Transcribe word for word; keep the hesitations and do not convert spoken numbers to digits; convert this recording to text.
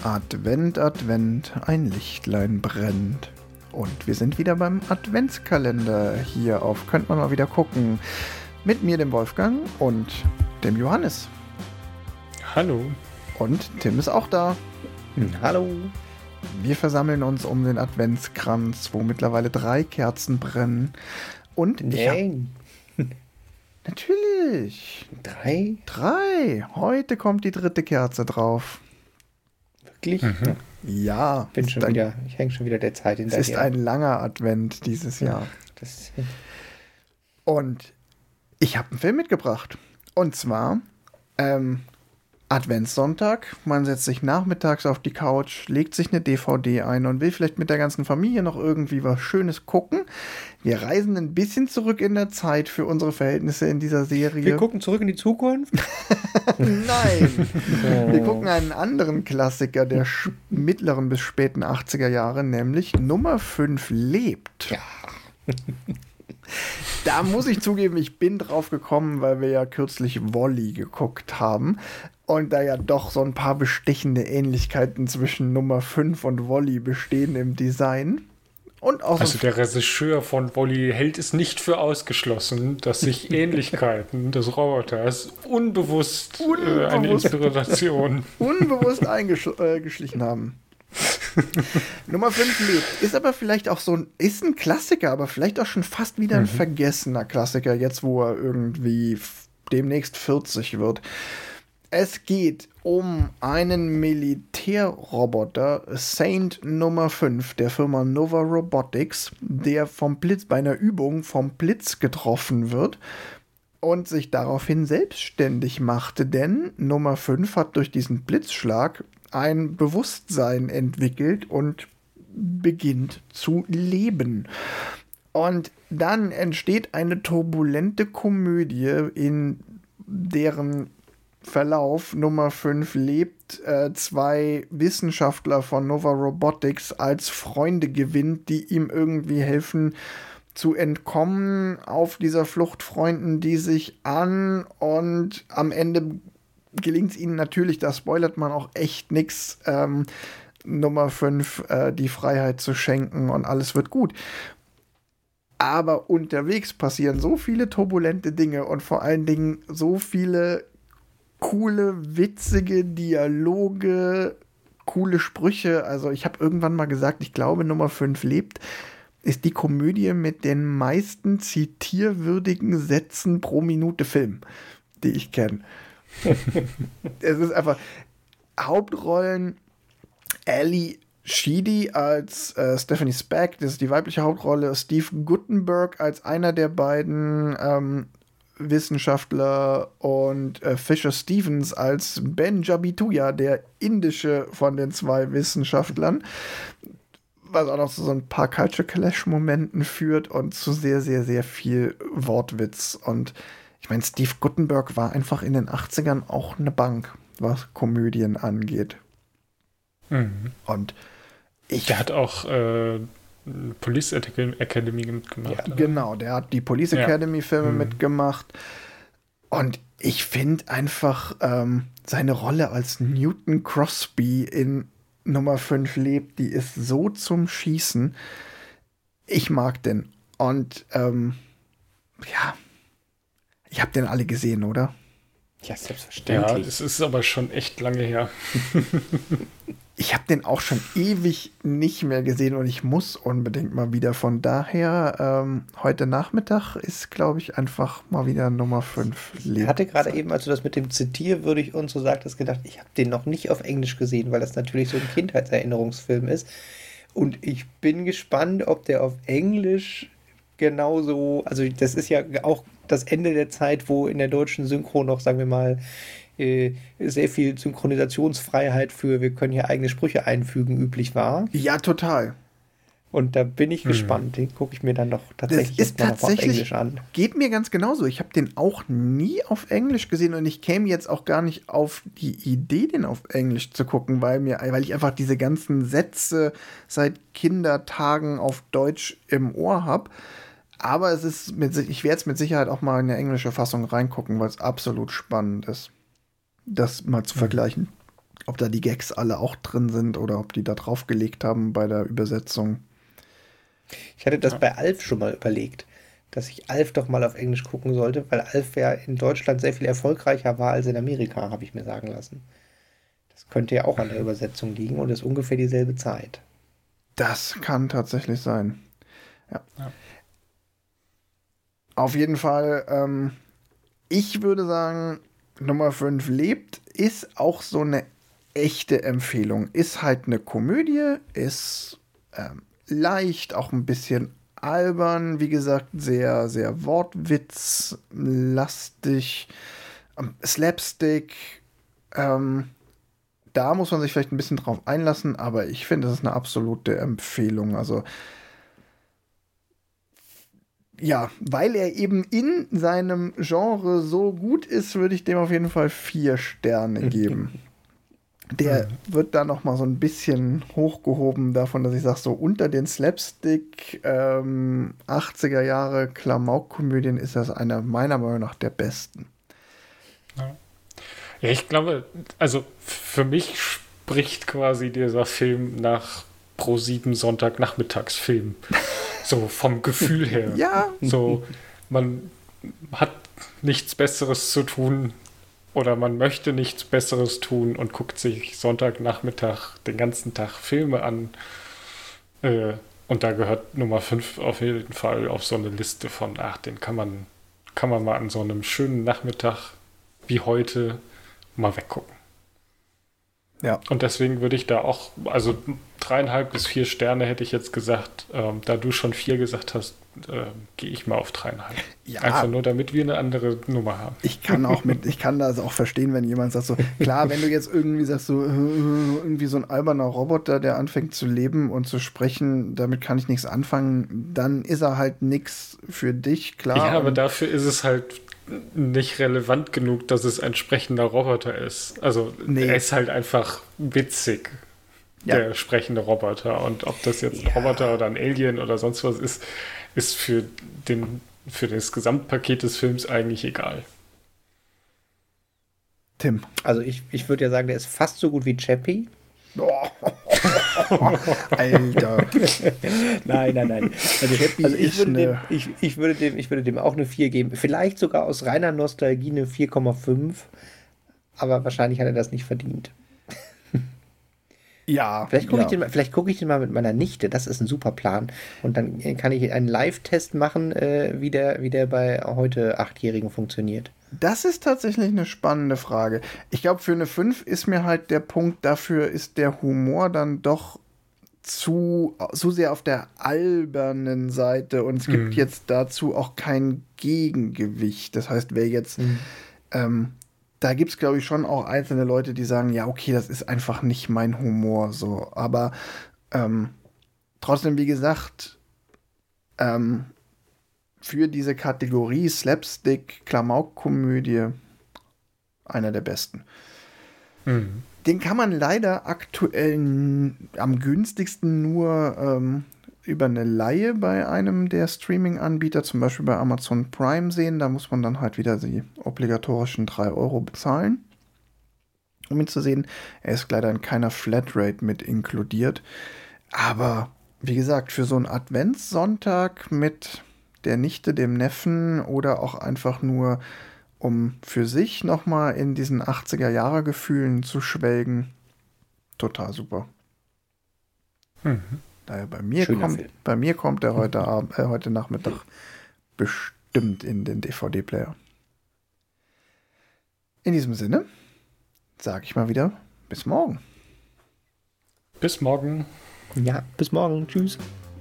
Advent, Advent, ein Lichtlein brennt. Und wir sind wieder beim Adventskalender hier auf Könnt man mal wieder gucken. Mit mir, dem Wolfgang, und dem Johannes. Hallo. Und Tim ist auch da. Hallo. Wir versammeln uns um den Adventskranz, wo mittlerweile drei Kerzen brennen. Und ich hab... Natürlich. Drei? Drei. Heute kommt die dritte Kerze drauf. Wirklich? Mhm. Ja. Bin schon ein, wieder, ich hänge schon wieder der Zeit hinterher. Es ist ein langer Advent dieses Jahr. Das Und ich habe einen Film mitgebracht. Und zwar ähm, Adventssonntag. Man setzt sich nachmittags auf die Couch, legt sich eine D V D ein und will vielleicht mit der ganzen Familie noch irgendwie was Schönes gucken. Wir reisen ein bisschen zurück in der Zeit für unsere Verhältnisse in dieser Serie. Wir gucken zurück in die Zukunft? Nein. Oh. Wir gucken einen anderen Klassiker der mittleren bis späten achtziger Jahre, nämlich Nummer fünf lebt. Ja. Da muss ich zugeben, ich bin drauf gekommen, weil wir ja kürzlich Wall-E geguckt haben und da ja doch so ein paar bestechende Ähnlichkeiten zwischen Nummer fünf und Wall-E bestehen im Design. Und auch also so der Regisseur von Wall-E hält es nicht für ausgeschlossen, dass sich Ähnlichkeiten des Roboters unbewusst, unbewusst äh, eine Inspiration unbewusst eingeschlichen äh, haben. Nummer fünf lebt. Ist aber vielleicht auch so ein, ist ein Klassiker, aber vielleicht auch schon fast wieder ein mhm. vergessener Klassiker, jetzt wo er irgendwie f- demnächst vierzig wird. Es geht um einen Militärroboter, Saint Nummer fünf, der Firma Nova Robotics, der vom Blitz, bei einer Übung vom Blitz getroffen wird und sich daraufhin selbstständig machte, denn Nummer fünf hat durch diesen Blitzschlag ein Bewusstsein entwickelt und beginnt zu leben. Und dann entsteht eine turbulente Komödie, in deren Verlauf Nummer fünf lebt, äh, zwei Wissenschaftler von Nova Robotics als Freunde gewinnt, die ihm irgendwie helfen zu entkommen. Auf dieser Flucht freunden die sich an und am Ende gelingt es ihnen natürlich, da spoilert man auch echt nix, ähm, Nummer fünf äh, die Freiheit zu schenken und alles wird gut. Aber unterwegs passieren so viele turbulente Dinge und vor allen Dingen so viele coole, witzige Dialoge, coole Sprüche. Also ich habe irgendwann mal gesagt, ich glaube Nummer fünf lebt, ist die Komödie mit den meisten zitierwürdigen Sätzen pro Minute Film, die ich kenne. Es ist einfach Hauptrollen Ali Sheedy als äh, Stephanie Speck, das ist die weibliche Hauptrolle, Steve Guttenberg als einer der beiden ähm, Wissenschaftler und äh, Fisher Stevens als Ben Jabituya, der indische von den zwei Wissenschaftlern, was auch noch zu so ein paar Culture Clash-Momenten führt und zu sehr, sehr, sehr viel Wortwitz. Und ich meine, Steve Guttenberg war einfach in den achtzigern auch eine Bank, was Komödien angeht. Mhm. Und ich... Der hat auch äh, Police Academy mitgemacht. Ja, genau, der hat die Police Academy-Filme ja. mhm. mitgemacht. Und ich finde einfach ähm, seine Rolle als Newton Crosby in Nummer fünf lebt, die ist so zum Schießen. Ich mag den. Und ähm, ja, ich habe den alle gesehen, oder? Ja, selbstverständlich. Ja, es ist aber schon echt lange her. Ich habe den auch schon ewig nicht mehr gesehen und ich muss unbedingt mal wieder. Von daher, ähm, heute Nachmittag ist, glaube ich, einfach mal wieder Nummer fünf. Ich hatte gerade eben, als du das mit dem Zitierwürdig und so sagtest, gedacht, ich habe den noch nicht auf Englisch gesehen, weil das natürlich so ein Kindheitserinnerungsfilm ist. Und ich bin gespannt, ob der auf Englisch genauso, also das ist ja auch das Ende der Zeit, wo in der deutschen Synchro noch, sagen wir mal, äh, sehr viel Synchronisationsfreiheit für wir können hier eigene Sprüche einfügen üblich war. Ja, total. Und da bin ich mhm. gespannt. Den gucke ich mir dann noch tatsächlich das ist mal tatsächlich, auf Englisch an. Geht mir ganz genauso. Ich habe den auch nie auf Englisch gesehen und ich käme jetzt auch gar nicht auf die Idee, den auf Englisch zu gucken, weil mir, weil ich einfach diese ganzen Sätze seit Kindertagen auf Deutsch im Ohr habe. Aber es ist mit, ich werde es mit Sicherheit auch mal in eine englische Fassung reingucken, weil es absolut spannend ist, das mal zu mhm. vergleichen. ob da die Gags alle auch drin sind oder ob die da draufgelegt haben bei der Übersetzung. Ich hatte das Ja. bei Alf schon mal überlegt, dass ich Alf doch mal auf Englisch gucken sollte, weil Alf ja in Deutschland sehr viel erfolgreicher war als in Amerika, habe ich mir sagen lassen. Das könnte ja auch an der Übersetzung liegen und ist ungefähr dieselbe Zeit. Das kann tatsächlich sein. Ja. Ja. Auf jeden Fall, ähm, ich würde sagen, Nummer fünf lebt, ist auch so eine echte Empfehlung. Ist halt eine Komödie, ist ähm, leicht, auch ein bisschen albern, wie gesagt, sehr, sehr wortwitzlastig, ähm, Slapstick. Ähm, da muss man sich vielleicht ein bisschen drauf einlassen, aber ich finde, das ist eine absolute Empfehlung. Also ja, weil er eben in seinem Genre so gut ist, würde ich dem auf jeden Fall vier Sterne geben. Der wird da noch mal so ein bisschen hochgehoben davon, dass ich sage, so unter den Slapstick ähm, achtziger Jahre Klamauk-Komödien ist das einer meiner Meinung nach der besten. Ja. Ja, ich glaube, also für mich spricht quasi dieser Film nach Pro sieben Sonntagnachmittagsfilm. So vom Gefühl her. Ja. So, man hat nichts Besseres zu tun oder man möchte nichts Besseres tun und guckt sich Sonntagnachmittag den ganzen Tag Filme an. Äh, und da gehört Nummer fünf auf jeden Fall auf so eine Liste von, ach, den kann man, kann man mal an so einem schönen Nachmittag wie heute mal weggucken. Ja. Und deswegen würde ich da auch, also dreieinhalb bis vier Sterne hätte ich jetzt gesagt, ähm, da du schon vier gesagt hast, äh, gehe ich mal auf dreieinhalb. Ja. Einfach nur, damit wir eine andere Nummer haben. Ich kann auch mit, ich kann das auch verstehen, wenn jemand sagt so, klar, wenn du jetzt irgendwie sagst so, äh, irgendwie so ein alberner Roboter, der anfängt zu leben und zu sprechen, damit kann ich nichts anfangen, dann ist er halt nichts für dich, klar. Ja, aber und dafür ist es halt nicht relevant genug, dass es ein sprechender Roboter ist. Also Nee. er ist halt einfach witzig, Ja. der sprechende Roboter. Und ob das jetzt ein Ja. Roboter oder ein Alien oder sonst was ist, ist für den, für das Gesamtpaket des Films eigentlich egal. Tim. Also ich, ich würde ja sagen, der ist fast so gut wie Chappie. Oh. Alter. Nein, nein, nein. Also, Chappie also ich, ist würde dem, eine- ich, ich, würde dem, ich würde dem auch eine vier geben. Vielleicht sogar aus reiner Nostalgie eine vier Komma fünf. Aber wahrscheinlich hat er das nicht verdient. Ja. Vielleicht gucke ja. ich, den mal- vielleicht gucke ich den mal mit meiner Nichte. Das ist ein super Plan. Und dann kann ich einen Live-Test machen, äh, wie, der, wie der bei heute Achtjährigen funktioniert. Das ist tatsächlich eine spannende Frage. Ich glaube, für eine fünf ist mir halt der Punkt, dafür ist der Humor dann doch zu, zu sehr auf der albernen Seite und es gibt Mhm. jetzt dazu auch kein Gegengewicht. Das heißt, wer jetzt, ähm, da gibt es, glaube ich, schon auch einzelne Leute, die sagen, ja, okay, das ist einfach nicht mein Humor, so. Aber ähm, trotzdem, wie gesagt, ähm, für diese Kategorie Slapstick, Klamauk-Komödie einer der besten. Mhm. Den kann man leider aktuell n- am günstigsten nur ähm, über eine Leihe bei einem der Streaming-Anbieter, zum Beispiel bei Amazon Prime, sehen. Da muss man dann halt wieder die obligatorischen drei Euro bezahlen, um ihn zu sehen. Er ist leider in keiner Flatrate mit inkludiert. Aber wie gesagt, für so einen Adventssonntag mit der Nichte, dem Neffen oder auch einfach nur, um für sich nochmal in diesen achtziger-Jahre-Gefühlen zu schwelgen, total super. Mhm. Daher bei mir Schöner kommt, Film. bei mir kommt er heute Abend, äh, heute Nachmittag bestimmt in den D V D-Player. In diesem Sinne sage ich mal wieder, bis morgen. Bis morgen. Ja, bis morgen. Tschüss.